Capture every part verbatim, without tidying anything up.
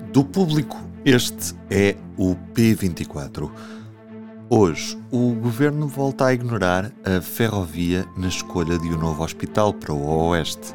Do público, este é o P vinte e quatro. Hoje, o Governo volta a ignorar a ferrovia na escolha de um novo hospital para o Oeste.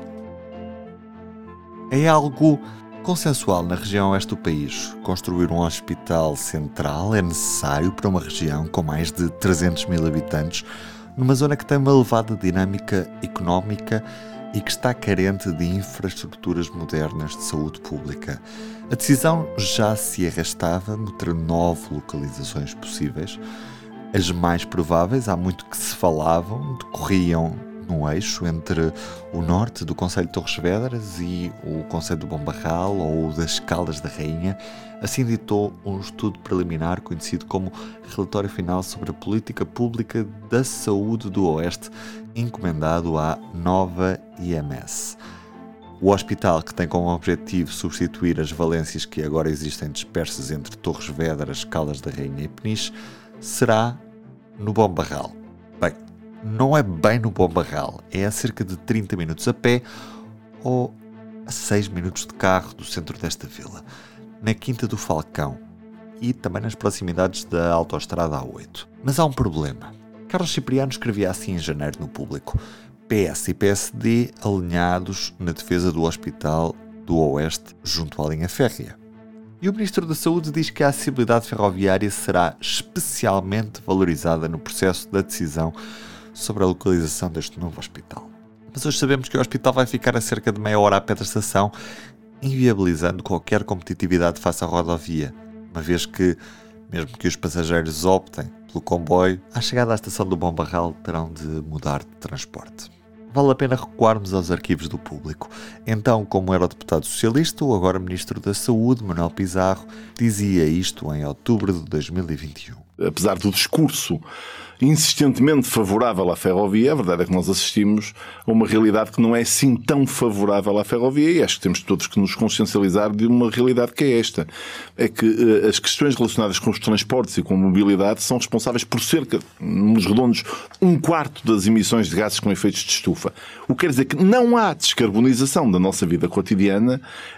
É algo consensual na região oeste do país. Construir um hospital central é necessário para uma região com mais de trezentos mil habitantes, numa zona que tem uma elevada dinâmica económica e que está carente de infraestruturas modernas de saúde pública. A decisão já se arrastava entre nove localizações possíveis. As mais prováveis, há muito que se falavam, decorriam no eixo entre o norte do concelho de Torres Vedras e o concelho do Bom Barral ou das Caldas da Rainha. Assim ditou um estudo preliminar conhecido como Relatório Final sobre a Política Pública da Saúde do Oeste, encomendado à Nova I M S. O hospital, que tem como objetivo substituir as valências que agora existem dispersas entre Torres Vedras, Caldas da Rainha e Peniche, será no Bom Barral. Bem, não é bem no Bom Barral, é a cerca de trinta minutos a pé ou a seis minutos de carro do centro desta vila, na Quinta do Falcão e também nas proximidades da Autoestrada A oito. Mas há um problema. Carlos Cipriano escrevia assim em janeiro no Público: P S e P S D alinhados na defesa do Hospital do Oeste junto à linha férrea. E o Ministro da Saúde diz que a acessibilidade ferroviária será especialmente valorizada no processo da decisão sobre a localização deste novo hospital. Mas hoje sabemos que o hospital vai ficar a cerca de meia hora a pé da estação, inviabilizando qualquer competitividade face à rodovia, uma vez que, mesmo que os passageiros optem pelo comboio, à chegada à estação do Bom Barral terão de mudar de transporte. Vale a pena recuarmos aos arquivos do Público. Então, como era o deputado socialista, o agora Ministro da Saúde, Manuel Pizarro, dizia isto em outubro de dois mil e vinte e um. Apesar do discurso insistentemente favorável à ferrovia, a verdade é que nós assistimos a uma realidade que não é assim tão favorável à ferrovia, e acho que temos todos que nos consciencializar de uma realidade que é esta. É que uh, as questões relacionadas com os transportes e com a mobilidade são responsáveis por cerca, nos redondos, um quarto das emissões de gases com efeitos de estufa. O que quer dizer que não há descarbonização da nossa vida cotidiana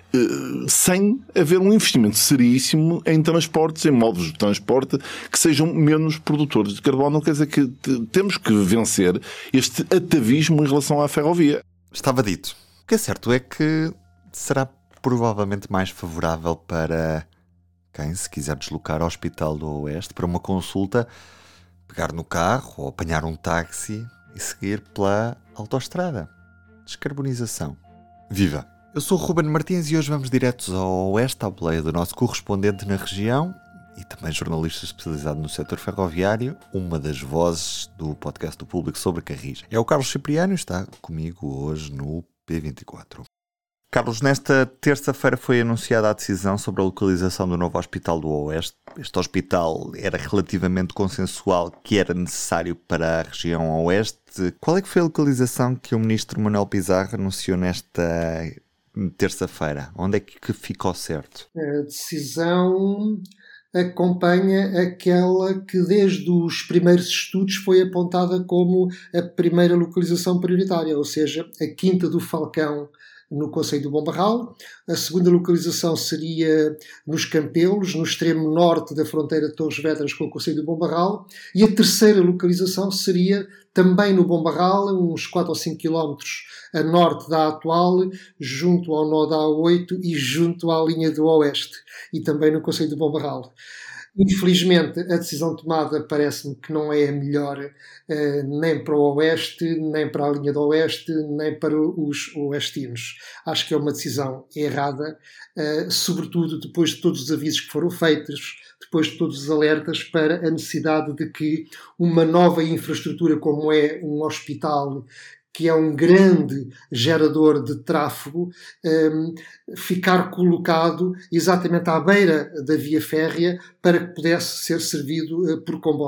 uh, sem haver um investimento seríssimo em transportes, em modos de transporte que sejam menos produtores de carbono. Quer dizer que temos que vencer este atavismo em relação à ferrovia. Estava dito. O que é certo é que será provavelmente mais favorável para quem se quiser deslocar ao Hospital do Oeste para uma consulta, pegar no carro ou apanhar um táxi e seguir pela autoestrada. Descarbonização. Viva! Eu sou o Ruben Martins e hoje vamos diretos ao Oeste, à boleia do nosso correspondente na região e também jornalista especializado no setor ferroviário, uma das vozes do podcast do Público sobre Carris. É o Carlos Cipriano e está comigo hoje no P vinte e quatro. Carlos, nesta terça-feira foi anunciada a decisão sobre a localização do novo Hospital do Oeste. Este hospital era relativamente consensual que era necessário para a região Oeste. Qual é que foi a localização que o Ministro Manuel Pizarro anunciou nesta terça-feira? Onde é que ficou certo? A decisão acompanha aquela que desde os primeiros estudos foi apontada como a primeira localização prioritária, ou seja, a Quinta do Falcão, no concelho do Bom Barral. A segunda localização seria nos Campelos, no extremo norte da fronteira de Torres Vedras com o concelho do Bom Barral. E a terceira localização seria também no Bom Barral, uns quatro ou cinco quilómetros a norte da atual, junto ao nó da A oito e junto à linha do Oeste, e também no concelho do Bom Barral. Infelizmente, a decisão tomada parece-me que não é a melhor eh, nem para o Oeste, nem para a linha do Oeste, nem para os oestinos. Acho que é uma decisão errada, eh, sobretudo depois de todos os avisos que foram feitos, depois de todos os alertas para a necessidade de que uma nova infraestrutura como é um hospital, que é um grande gerador de tráfego, um, ficar colocado exatamente à beira da via férrea para que pudesse ser servido uh, por comboio.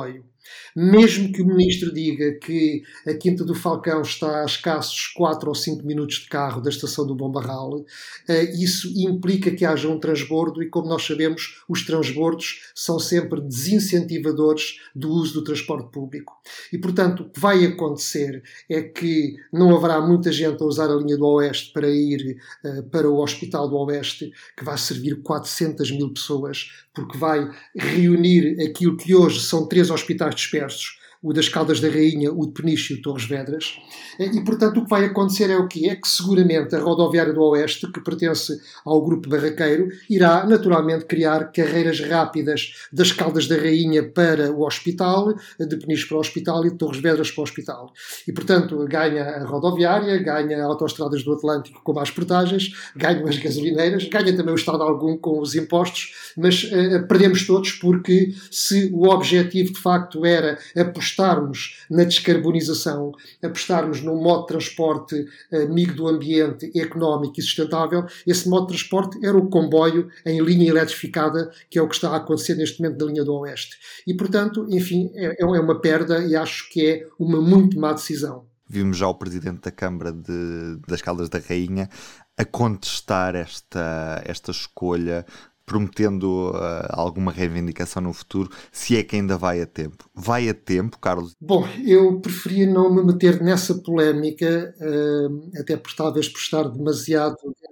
Mesmo que o Ministro diga que a Quinta do Falcão está a escassos quatro ou cinco minutos de carro da estação do Bom Barral, isso implica que haja um transbordo e, como nós sabemos, os transbordos são sempre desincentivadores do uso do transporte público. E, portanto, o que vai acontecer é que não haverá muita gente a usar a linha do Oeste para ir uh, para o Hospital do Oeste, que vai servir quatrocentas mil pessoas, porque vai reunir aquilo que hoje são três hospitais dispersos, o das Caldas da Rainha, o de Peniche e o de Torres Vedras. E, portanto, o que vai acontecer é o quê? É que, seguramente, a Rodoviária do Oeste, que pertence ao Grupo Barraqueiro, irá, naturalmente, criar carreiras rápidas das Caldas da Rainha para o hospital, de Peniche para o hospital e de Torres Vedras para o hospital. E, portanto, ganha a rodoviária, ganha autoestradas do Atlântico com mais portagens, ganham as gasolineiras, ganha também o Estado algum com os impostos, mas uh, perdemos todos, porque se o objetivo, de facto, era apostarmos na descarbonização, apostarmos num modo de transporte amigo do ambiente, económico e sustentável, esse modo de transporte era o comboio em linha eletrificada, que é o que está a acontecer neste momento na linha do Oeste. E, portanto, enfim, é, é uma perda e acho que é uma muito má decisão. Vimos já o Presidente da Câmara de, das Caldas da Rainha a contestar esta, esta escolha, prometendo uh, alguma reivindicação no futuro, se é que ainda vai a tempo. Vai a tempo, Carlos? Bom, eu preferia não me meter nessa polémica, uh, até por talvez por estar demasiado...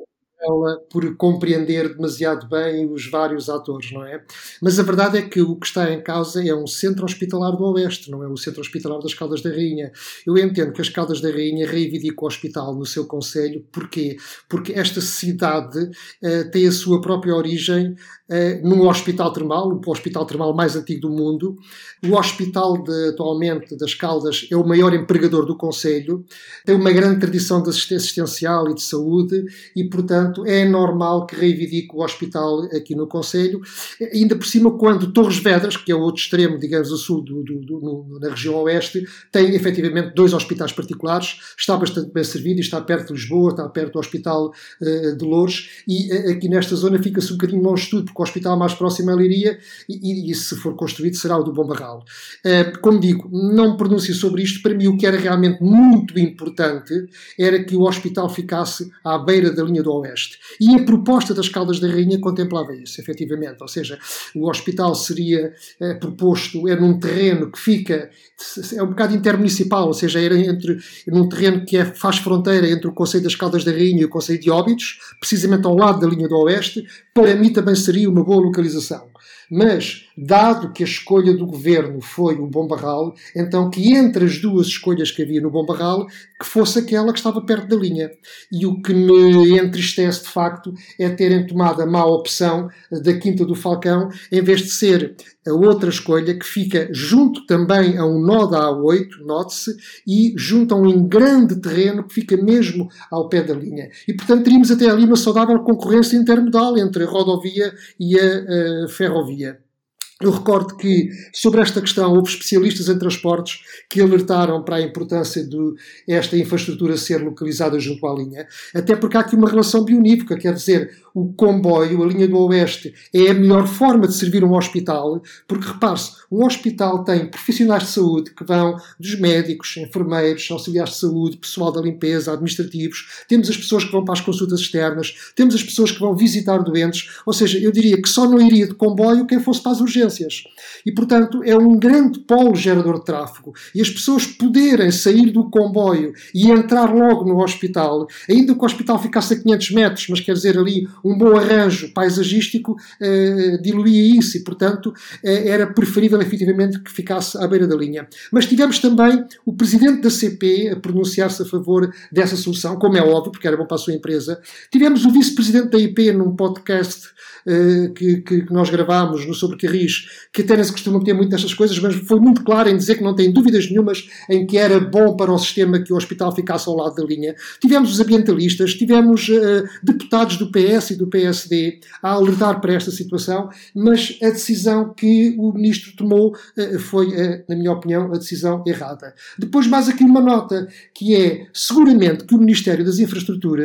por compreender demasiado bem os vários atores, não é? Mas a verdade é que o que está em causa é um centro hospitalar do Oeste, não é o centro hospitalar das Caldas da Rainha. Eu entendo que as Caldas da Rainha reivindicam o hospital no seu concelho. Porquê? Porque esta cidade uh, tem a sua própria origem uh, num hospital termal, o hospital termal mais antigo do mundo. O hospital de, atualmente das Caldas é o maior empregador do concelho, tem uma grande tradição de assistência assistencial e de saúde e, portanto, é normal que reivindique o hospital aqui no concelho, ainda por cima quando Torres Vedras, que é o outro extremo, digamos, a sul do, do, do, no, na região oeste, tem efetivamente dois hospitais particulares, está bastante bem servido e está perto de Lisboa, está perto do Hospital uh, de Loures, e uh, aqui nesta zona fica-se um bocadinho longe de tudo, porque o hospital mais próximo é Leiria e, e, e se for construído será o do Bom Barral. Uh, como digo, não me pronuncio sobre isto. Para mim o que era realmente muito importante era que o hospital ficasse à beira da linha do Oeste. E a proposta das Caldas da Rainha contemplava isso, efetivamente. Ou seja, o hospital seria eh, proposto, é num terreno que fica, é um bocado intermunicipal, ou seja, era entre, num terreno que é, faz fronteira entre o concelho das Caldas da Rainha e o concelho de Óbidos, precisamente ao lado da linha do Oeste. Para mim também seria uma boa localização. Mas, dado que a escolha do governo foi o Bom Barral, então que entre as duas escolhas que havia no Bom Barral, que fosse aquela que estava perto da linha. E o que me entristece, de facto, é terem tomado a má opção da Quinta do Falcão, em vez de ser a outra escolha, que fica junto também a um nó da A oito, note-se, e junto a um grande terreno que fica mesmo ao pé da linha. E, portanto, teríamos até ali uma saudável concorrência intermodal entre a rodovia e a, a ferrovia. Eu recordo que, sobre esta questão, houve especialistas em transportes que alertaram para a importância de esta infraestrutura ser localizada junto à linha, até porque há aqui uma relação bionívoca, quer dizer, o comboio, a linha do Oeste, é a melhor forma de servir um hospital, porque, repare-se, um hospital tem profissionais de saúde que vão dos médicos, enfermeiros, auxiliares de saúde, pessoal da limpeza, administrativos, temos as pessoas que vão para as consultas externas, temos as pessoas que vão visitar doentes, ou seja, eu diria que só não iria de comboio quem fosse para as urgências. E, portanto, é um grande polo gerador de tráfego. E as pessoas poderem sair do comboio e entrar logo no hospital, ainda que o hospital ficasse a quinhentos metros, mas quer dizer ali um bom arranjo paisagístico, eh, diluía isso e, portanto, eh, era preferível efetivamente que ficasse à beira da linha. Mas tivemos também o presidente da C P a pronunciar-se a favor dessa solução, como é óbvio, porque era bom para a sua empresa. Tivemos o vice-presidente da I P num podcast uh, que, que nós gravámos no Sobre Carris, que até não se costuma ter muito nestas coisas, mas foi muito claro em dizer que não tem dúvidas nenhumas em que era bom para o sistema que o hospital ficasse ao lado da linha. Tivemos os ambientalistas, tivemos uh, deputados do P S e do P S D a alertar para esta situação, mas a decisão que o ministro tomou uh, foi, uh, na minha opinião, a decisão errada. Depois, mais aqui uma nota, que é, seguramente que o Ministério das Infraestruturas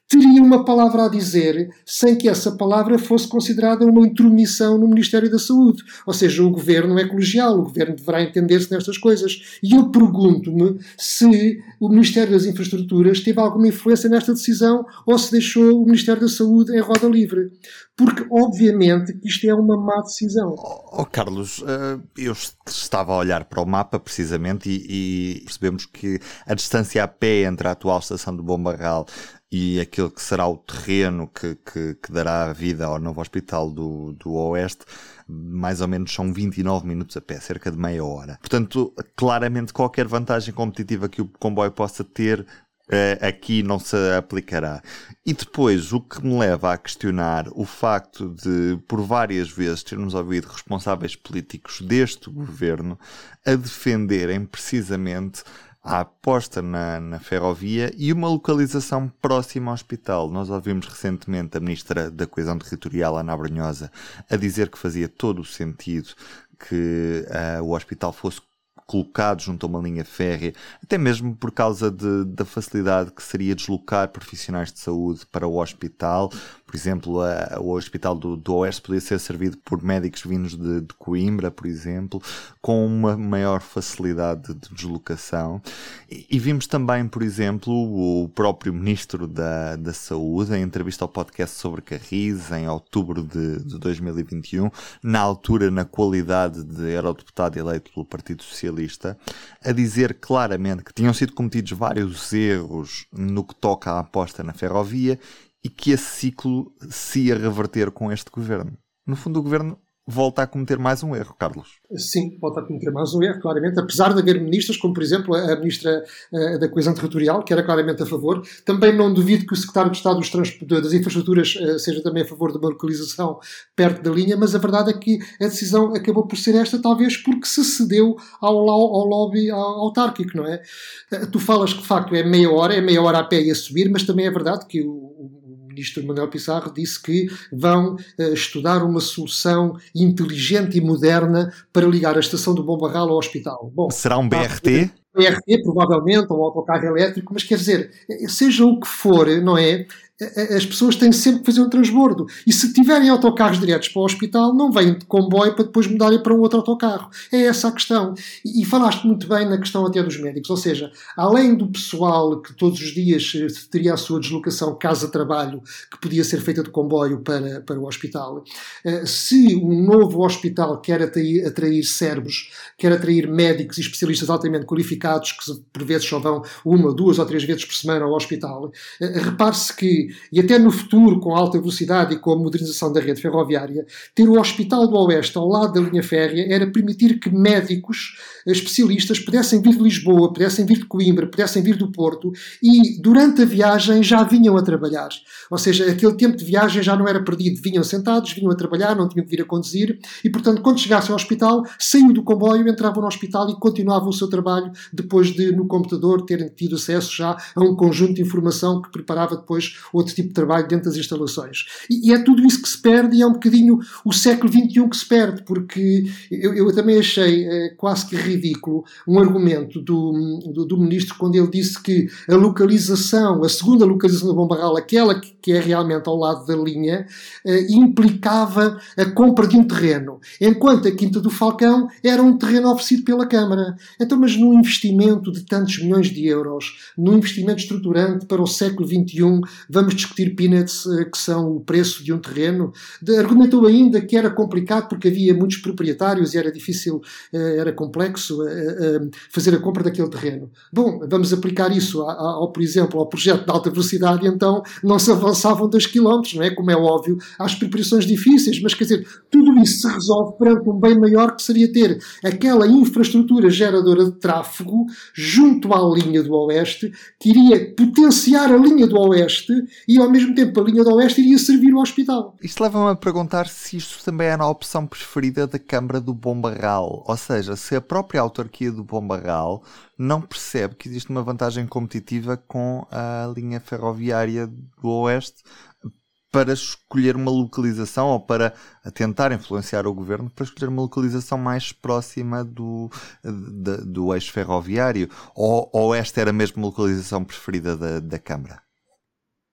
teria uma palavra a dizer sem que essa palavra fosse considerada uma intromissão no Ministério da Saúde. Ou seja, o Governo é colegial, o Governo deverá entender-se nestas coisas. E eu pergunto-me se o Ministério das Infraestruturas teve alguma influência nesta decisão ou se deixou o Ministério da Saúde em roda livre. Porque, obviamente, que isto é uma má decisão. Oh, Carlos, eu estava a olhar para o mapa, precisamente, e, e percebemos que a distância a pé entre a atual estação de Bom Barral e aquele que será o terreno que, que, que dará vida ao novo hospital do, do Oeste, mais ou menos são vinte e nove minutos a pé, cerca de meia hora. Portanto, claramente qualquer vantagem competitiva que o comboio possa ter, aqui não se aplicará. E depois, o que me leva a questionar o facto de, por várias vezes, termos ouvido responsáveis políticos deste governo a defenderem precisamente a aposta na, na ferrovia e uma localização próxima ao hospital. Nós ouvimos recentemente a Ministra da Coesão Territorial, Ana Abrunhosa, a dizer que fazia todo o sentido que uh, o hospital fosse colocado junto a uma linha férrea, até mesmo por causa de, da facilidade que seria deslocar profissionais de saúde para o hospital. Por exemplo, a, o hospital do, do Oeste podia ser servido por médicos vindos de, de Coimbra, por exemplo, com uma maior facilidade de deslocação. E, e vimos também, por exemplo, o próprio Ministro da, da Saúde, em entrevista ao podcast sobre Carris, em outubro de, de dois mil e vinte e um, na altura, na qualidade de eurodeputado eleito pelo Partido Socialista, a dizer claramente que tinham sido cometidos vários erros no que toca à aposta na ferrovia e que esse ciclo se ia reverter com este governo. No fundo, o governo volta a cometer mais um erro, Carlos. Sim, volta a cometer mais um erro, claramente, apesar de haver ministras, como por exemplo a Ministra uh, da Coesão Territorial, que era claramente a favor. Também não duvido que o Secretário de Estado dos Trans- das Infraestruturas uh, seja também a favor de uma localização perto da linha, mas a verdade é que a decisão acabou por ser esta, talvez porque se cedeu ao, ao lobby autárquico, não é? Uh, tu falas que de facto é meia hora, é meia hora a pé e a subir, mas também é verdade que o, o O ministro Manuel Pissarro disse que vão uh, estudar uma solução inteligente e moderna para ligar a estação do Bom Barral ao hospital. Bom, será um B R T? B R T, provavelmente, ou um autocarro elétrico, mas quer dizer, seja o que for, não é? As pessoas têm sempre que fazer um transbordo. E se tiverem autocarros diretos para o hospital, não vêm de comboio para depois mudarem para um outro autocarro. É essa a questão. E, e falaste muito bem na questão até dos médicos. Ou seja, além do pessoal que todos os dias teria a sua deslocação casa-trabalho, que podia ser feita de comboio para, para o hospital, se um novo hospital quer atrair, atrair cérebros, quer atrair médicos e especialistas altamente qualificados, que por vezes só vão uma, duas ou três vezes por semana ao hospital, repare-se que, e até no futuro, com alta velocidade e com a modernização da rede ferroviária, ter o Hospital do Oeste ao lado da linha férrea era permitir que médicos especialistas pudessem vir de Lisboa, pudessem vir de Coimbra, pudessem vir do Porto e, durante a viagem, já vinham a trabalhar. Ou seja, aquele tempo de viagem já não era perdido. Vinham sentados, vinham a trabalhar, não tinham que vir a conduzir e, portanto, quando chegassem ao hospital, saíam do comboio, entravam no hospital e continuavam o seu trabalho depois de, no computador, terem tido acesso já a um conjunto de informação que preparava depois outro tipo de trabalho dentro das instalações. E, e é tudo isso que se perde e é um bocadinho o século vinte e um que se perde, porque eu, eu também achei eh, quase que ridículo um argumento do, do, do ministro quando ele disse que a localização, a segunda localização do Bom Barral, aquela que, que é realmente ao lado da linha, eh, implicava a compra de um terreno, enquanto a Quinta do Falcão era um terreno oferecido pela Câmara. Então, mas num investimento de tantos milhões de euros, num investimento estruturante para o século vinte e um, vamos discutir peanuts, que são o preço de um terreno. De, argumentou ainda que era complicado porque havia muitos proprietários e era difícil, era complexo fazer a compra daquele terreno. Bom, vamos aplicar isso ao, ao, por exemplo, ao projeto de alta velocidade e então não se avançavam dois quilómetros, não é? Como é óbvio, às preparações difíceis, mas quer dizer, tudo isso se resolve perante um bem maior que seria ter aquela infraestrutura geradora de tráfego junto à linha do Oeste, que iria potenciar a linha do Oeste e ao mesmo tempo a linha do Oeste iria servir o hospital. Isto leva-me a perguntar se isto também era a opção preferida da Câmara do Bom Barral, ou seja, se a própria autarquia do Bom Barral não percebe que existe uma vantagem competitiva com a linha ferroviária do Oeste para escolher uma localização ou para tentar influenciar o governo para escolher uma localização mais próxima do, de, do eixo ferroviário, ou, ou esta era mesmo a localização preferida da, da Câmara?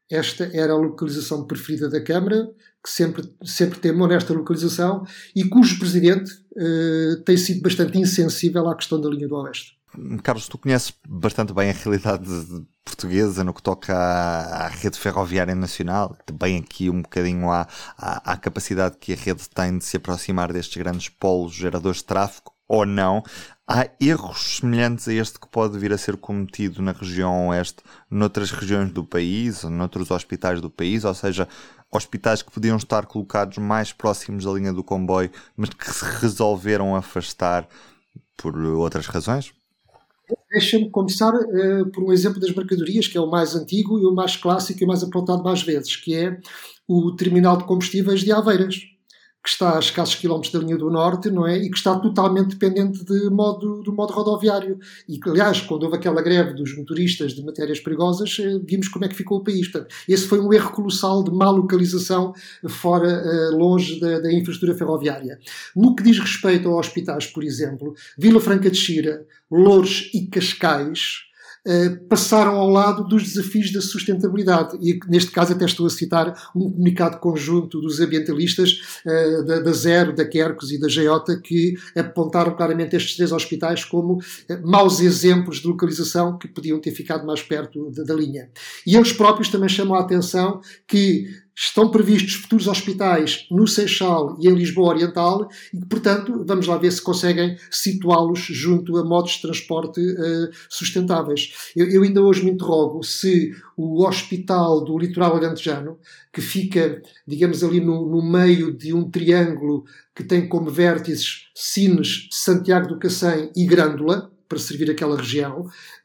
Esta era a localização preferida da Câmara, que sempre, sempre temou nesta localização e cujo presidente uh, tem sido bastante insensível à questão da linha do Oeste. Carlos, tu conheces bastante bem a realidade portuguesa no que toca à, à rede ferroviária nacional, também aqui um bocadinho à, à, à capacidade que a rede tem de se aproximar destes grandes polos geradores de tráfego, ou não. Há erros semelhantes a este que pode vir a ser cometido na região oeste, noutras regiões do país, ou noutros hospitais do país, ou seja, hospitais que podiam estar colocados mais próximos da linha do comboio, mas que se resolveram afastar por outras razões? Deixa-me começar uh, por um exemplo das mercadorias, que é o mais antigo e o mais clássico e o mais apontado mais vezes, que é o terminal de combustíveis de Aveiras, que está a escassos quilómetros da linha do Norte, não é? E que está totalmente dependente de modo, do modo rodoviário. E que, aliás, quando houve aquela greve dos motoristas de matérias perigosas, vimos como é que ficou o país. Portanto, esse foi um erro colossal de má localização fora, longe da, da infraestrutura ferroviária. No que diz respeito a hospitais, por exemplo, Vila Franca de Xira, Loures e Cascais, Uh, passaram ao lado dos desafios da sustentabilidade. E neste caso até estou a citar um comunicado conjunto dos ambientalistas uh, da, da Zero, da Quercus e da G J, que apontaram claramente estes três hospitais como uh, maus exemplos de localização que podiam ter ficado mais perto da, da linha. E eles próprios também chamam a atenção que estão previstos futuros hospitais no Seixal e em Lisboa Oriental e, portanto, vamos lá ver se conseguem situá-los junto a modos de transporte uh, sustentáveis. Eu, eu ainda hoje me interrogo se o hospital do litoral alentejano, que fica, digamos, ali no, no meio de um triângulo que tem como vértices Sines, Santiago do Cacém e Grândola, para servir aquela região,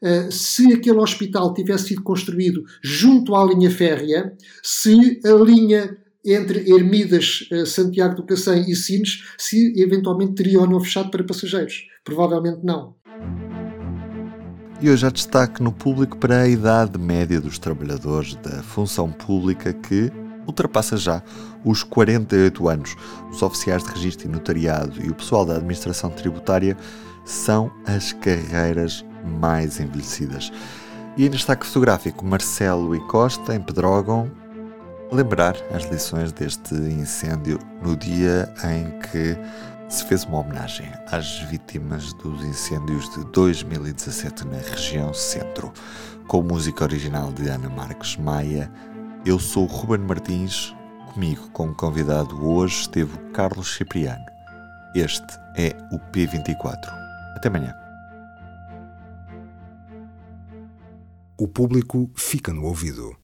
se aquele hospital tivesse sido construído junto à linha férrea, se a linha entre Ermidas, Santiago do Cacém e Sines, se eventualmente teria ou não fechado para passageiros. Provavelmente não. E hoje há destaque no público para a idade média dos trabalhadores da função pública, que ultrapassa já os quarenta e oito anos. Os oficiais de registro e notariado e o pessoal da administração tributária são as carreiras mais envelhecidas. E em destaque fotográfico, Marcelo e Costa, em Pedrógão, lembrar as lições deste incêndio no dia em que se fez uma homenagem às vítimas dos incêndios de dois mil e dezassete na região centro. Com música original de Ana Marques Maia, eu sou o Ruben Martins. Comigo, como convidado hoje, esteve o Carlos Cipriano. Este é o P vinte e quatro. Até amanhã. O público fica no ouvido.